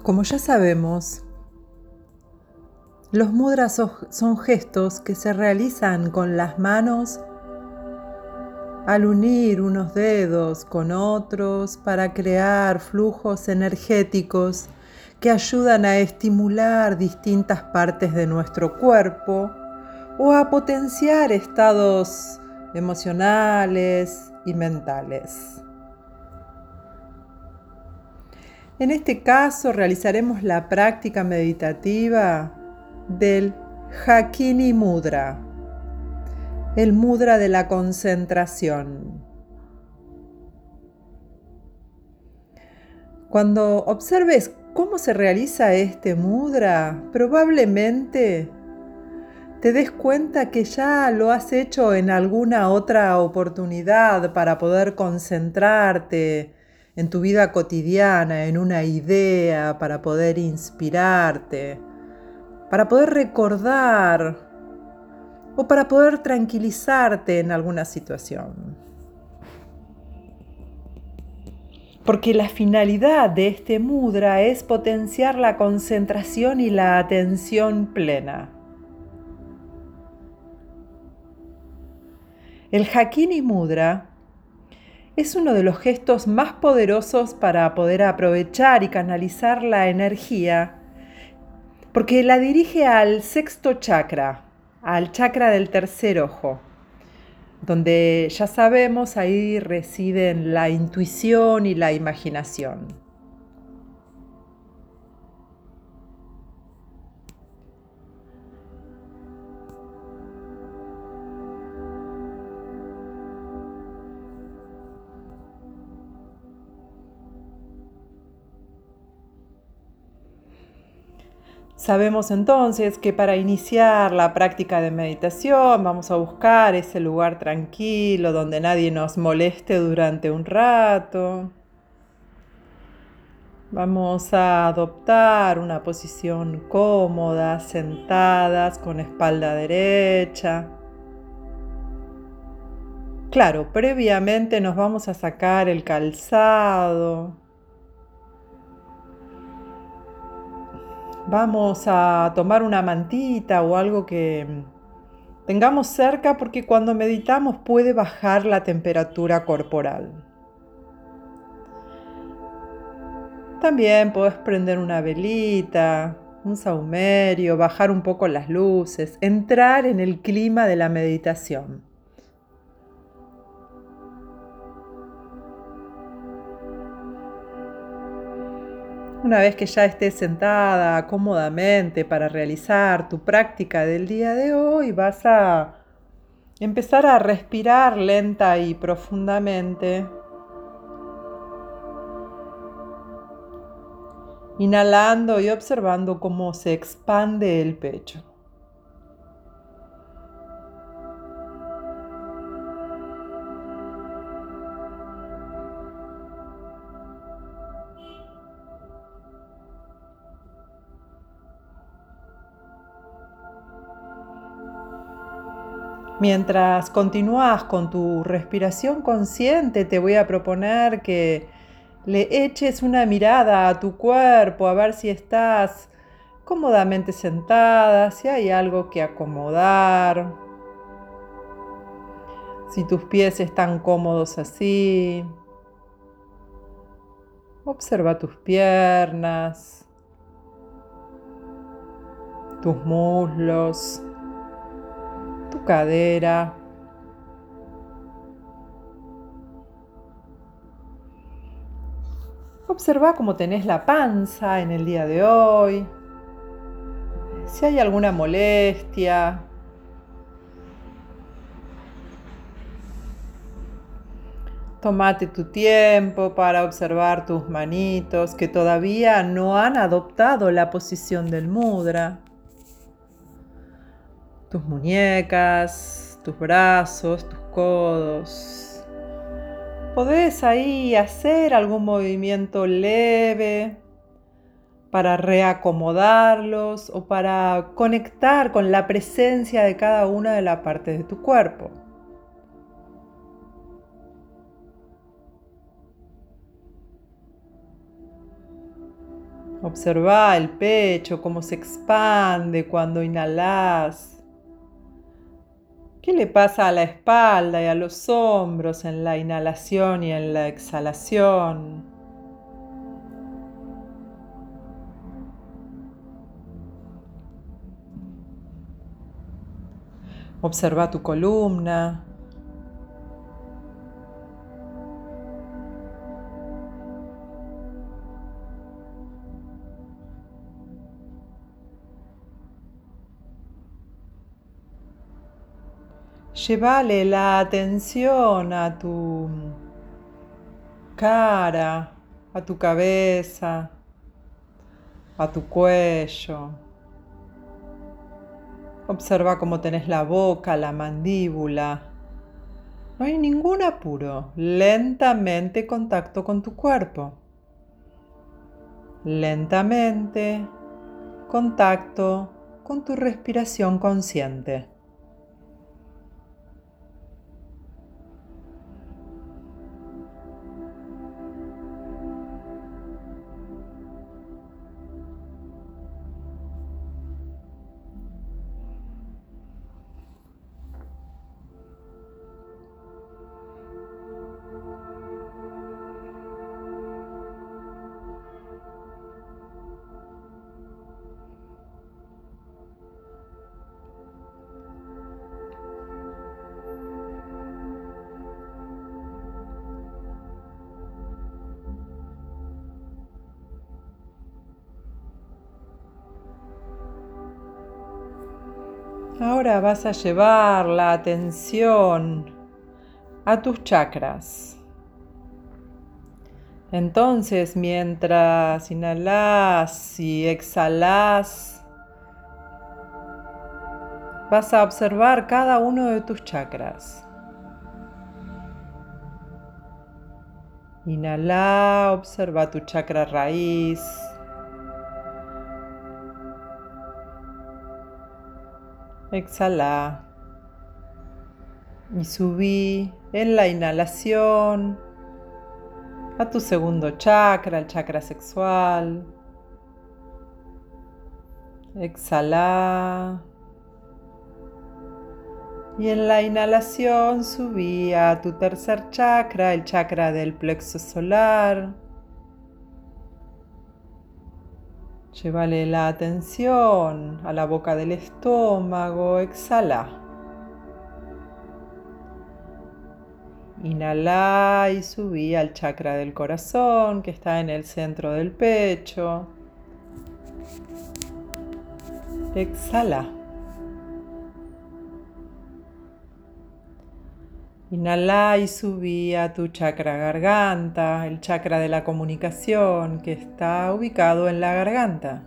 Como ya sabemos, los mudras son gestos que se realizan con las manos al unir unos dedos con otros para crear flujos energéticos que ayudan a estimular distintas partes de nuestro cuerpo o a potenciar estados emocionales y mentales. En este caso realizaremos la práctica meditativa del Hakini Mudra, el mudra de la concentración. Cuando observes cómo se realiza este mudra, probablemente te des cuenta que ya lo has hecho en alguna otra oportunidad para poder concentrarte en tu vida cotidiana, en una idea, para poder inspirarte, para poder recordar o para poder tranquilizarte en alguna situación. Porque la finalidad de este mudra es potenciar la concentración y la atención plena. El Hakini Mudra es uno de los gestos más poderosos para poder aprovechar y canalizar la energía, porque la dirige al sexto chakra, al chakra del tercer ojo, donde ya sabemos ahí residen la intuición y la imaginación. Sabemos entonces que para iniciar la práctica de meditación vamos a buscar ese lugar tranquilo donde nadie nos moleste durante un rato. Vamos a adoptar una posición cómoda, sentadas con espalda derecha. Claro, previamente nos vamos a sacar el calzado. Vamos a tomar una mantita o algo que tengamos cerca porque cuando meditamos puede bajar la temperatura corporal. También podés prender una velita, un sahumerio, bajar un poco las luces, entrar en el clima de la meditación. Una vez que ya estés sentada cómodamente para realizar tu práctica del día de hoy, vas a empezar a respirar lenta y profundamente. Inhalando y observando cómo se expande el pecho. Mientras continúas con tu respiración consciente, te voy a proponer que le eches una mirada a tu cuerpo, a ver si estás cómodamente sentada, si hay algo que acomodar, si tus pies están cómodos así. Observa tus piernas, tus muslos, tu cadera. Observa cómo tenés la panza en el día de hoy, si hay alguna molestia. Tómate tu tiempo para observar tus manitos que todavía no han adoptado la posición del mudra. Tus muñecas, tus brazos, tus codos. Podés ahí hacer algún movimiento leve para reacomodarlos o para conectar con la presencia de cada una de las partes de tu cuerpo. Observa el pecho, cómo se expande cuando inhalas. ¿Qué le pasa a la espalda y a los hombros en la inhalación y en la exhalación? Observa tu columna. Llévale la atención a tu cara, a tu cabeza, a tu cuello. Observa cómo tenés la boca, la mandíbula. No hay ningún apuro. Lentamente contacto con tu cuerpo. Lentamente contacto con tu respiración consciente. Ahora vas a llevar la atención a tus chakras. Entonces, mientras inhalas y exhalas, vas a observar cada uno de tus chakras. Inhala, observa tu chakra raíz. Exhala. Y subí en la inhalación a tu segundo chakra, el chakra sexual. Exhala. Y en la inhalación subí a tu tercer chakra, el chakra del plexo solar. Llévale la atención a la boca del estómago. Exhala. Inhala y subí al chakra del corazón que está en el centro del pecho. Exhala. Inhala y subí a tu chakra garganta, el chakra de la comunicación que está ubicado en la garganta.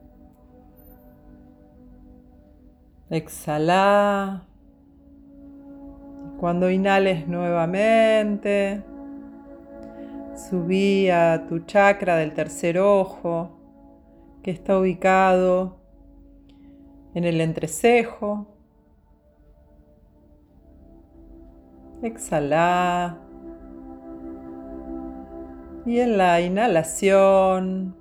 Exhala. Cuando inhales nuevamente, subí a tu chakra del tercer ojo que está ubicado en el entrecejo. Exhala. Y en la inhalación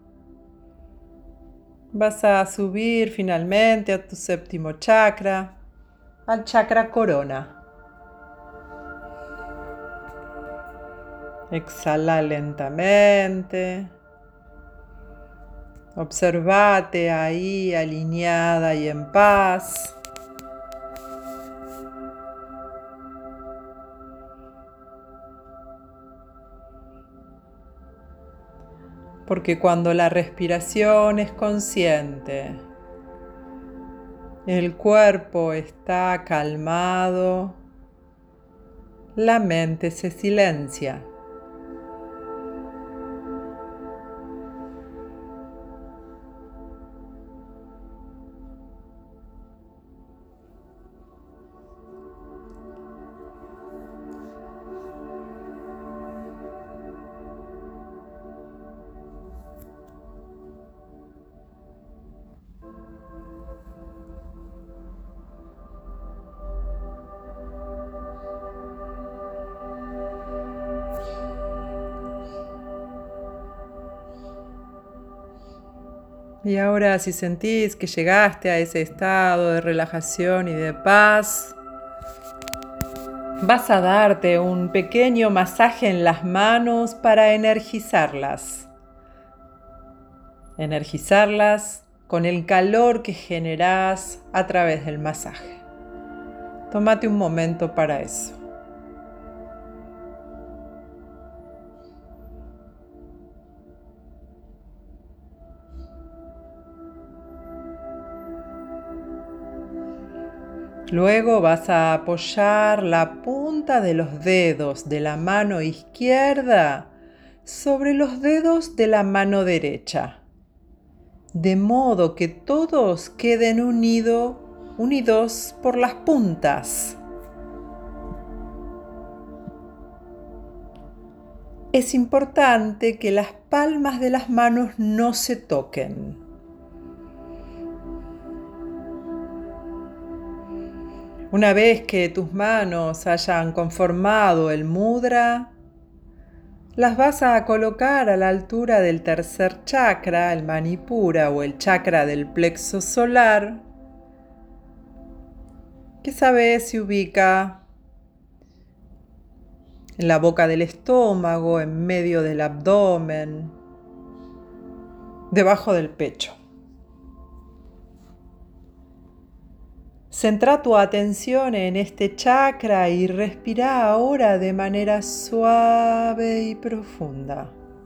vas a subir finalmente a tu séptimo chakra, al chakra corona. Exhala lentamente. Observate ahí alineada y en paz. Porque cuando la respiración es consciente, el cuerpo está calmado, la mente se silencia. Y ahora, si sentís que llegaste a ese estado de relajación y de paz, vas a darte un pequeño masaje en las manos para energizarlas. Energizarlas con el calor que generás a través del masaje. Tómate un momento para eso. Luego vas a apoyar la punta de los dedos de la mano izquierda sobre los dedos de la mano derecha, de modo que todos queden unidos por las puntas. Es importante que las palmas de las manos no se toquen. Una vez que tus manos hayan conformado el mudra, las vas a colocar a la altura del tercer chakra, el Manipura o el chakra del plexo solar, que sabes se ubica en la boca del estómago, en medio del abdomen, debajo del pecho. Centra tu atención en este chakra y respira ahora de manera suave y profunda.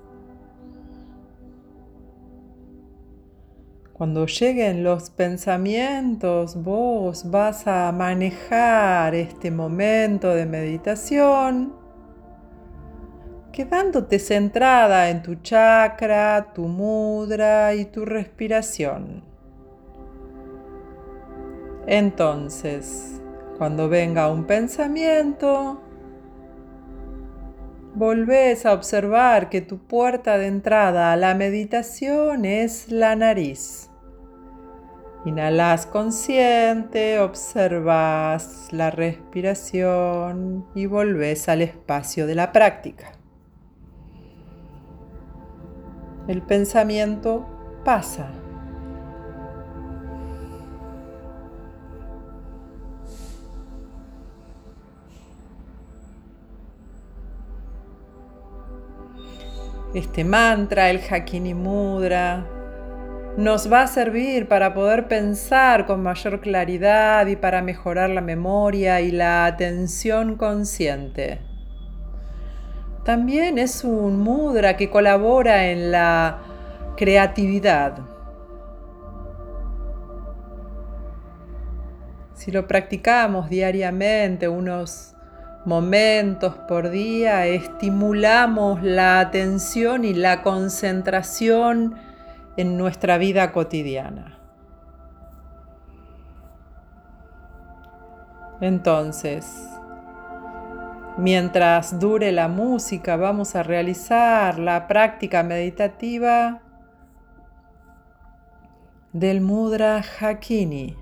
Cuando lleguen los pensamientos, vos vas a manejar este momento de meditación, quedándote centrada en tu chakra, tu mudra y tu respiración. Entonces, cuando venga un pensamiento, volvés a observar que tu puerta de entrada a la meditación es la nariz. Inhalás consciente, observas la respiración y volvés al espacio de la práctica. El pensamiento pasa. Este mantra, el Hakini Mudra, nos va a servir para poder pensar con mayor claridad y para mejorar la memoria y la atención consciente. También es un mudra que colabora en la creatividad. Si lo practicamos diariamente, unos momentos por día, estimulamos la atención y la concentración en nuestra vida cotidiana. Entonces, mientras dure la música, vamos a realizar la práctica meditativa del mudra Hakini.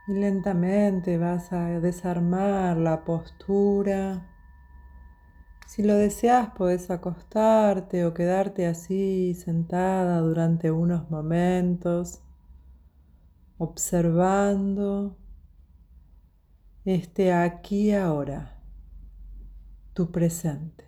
Y lentamente vas a desarmar la postura. Si lo deseas, podés acostarte o quedarte así sentada durante unos momentos, observando este aquí y ahora, tu presente.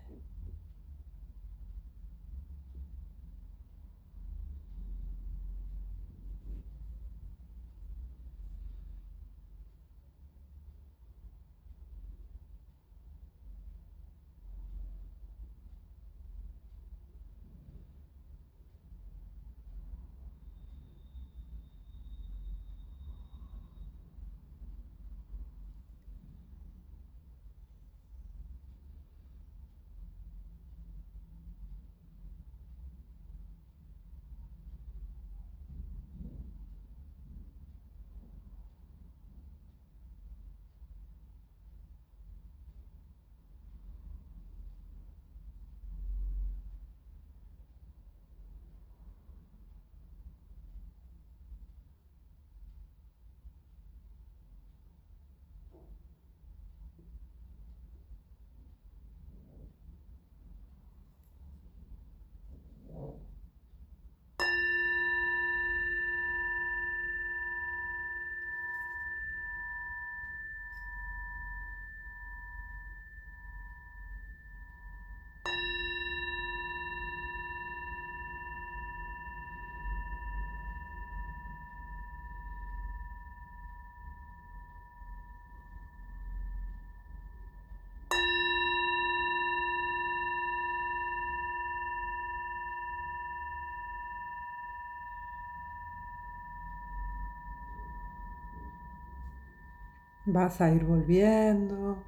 Vas a ir volviendo,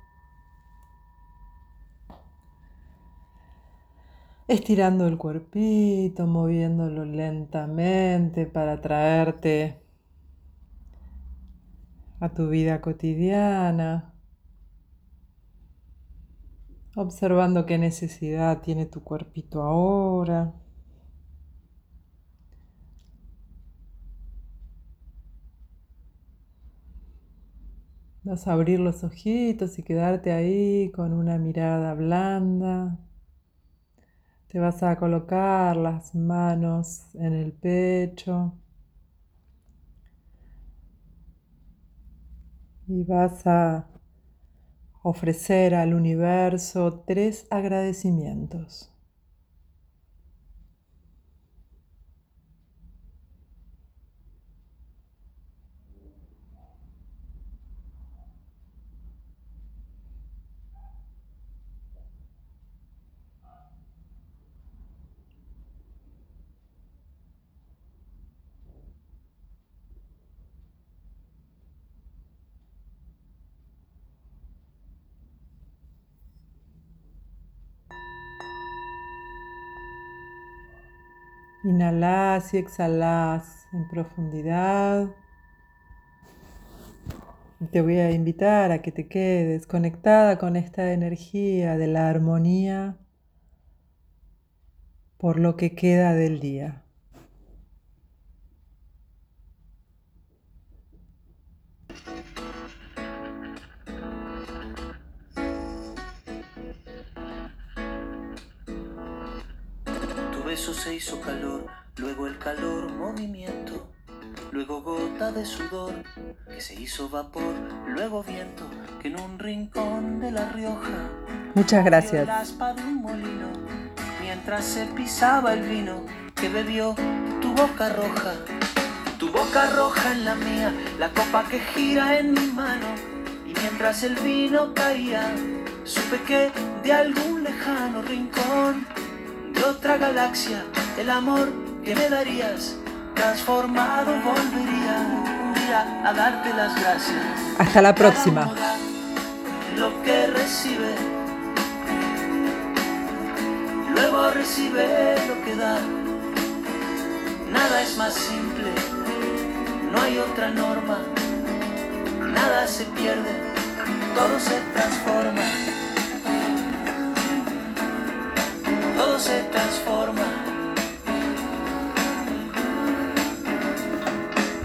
estirando el cuerpito, moviéndolo lentamente para traerte a tu vida cotidiana, observando qué necesidad tiene tu cuerpito ahora. Vas a abrir los ojitos y quedarte ahí con una mirada blanda. Te vas a colocar las manos en el pecho y vas a ofrecer al universo 3 agradecimientos. Inhalás y exhalás en profundidad. Y te voy a invitar a que te quedes conectada con esta energía de la armonía por lo que queda del día. Tu beso se hizo calor, luego el calor movimiento, luego gota de sudor que se hizo vapor, luego viento que en un rincón de La Rioja Muchas gracias. el aspa de un molino, mientras se pisaba el vino que bebió tu boca roja en la mía, la copa que gira en mi mano, y mientras el vino caía, supe que de algún lejano rincón de otra galaxia, el amor que me darías transformado volvería un día a darte las gracias. Hasta la próxima. Lo que recibe, luego recibe lo que da. Nada es más simple, no hay otra norma. Nada se pierde, todo se transforma.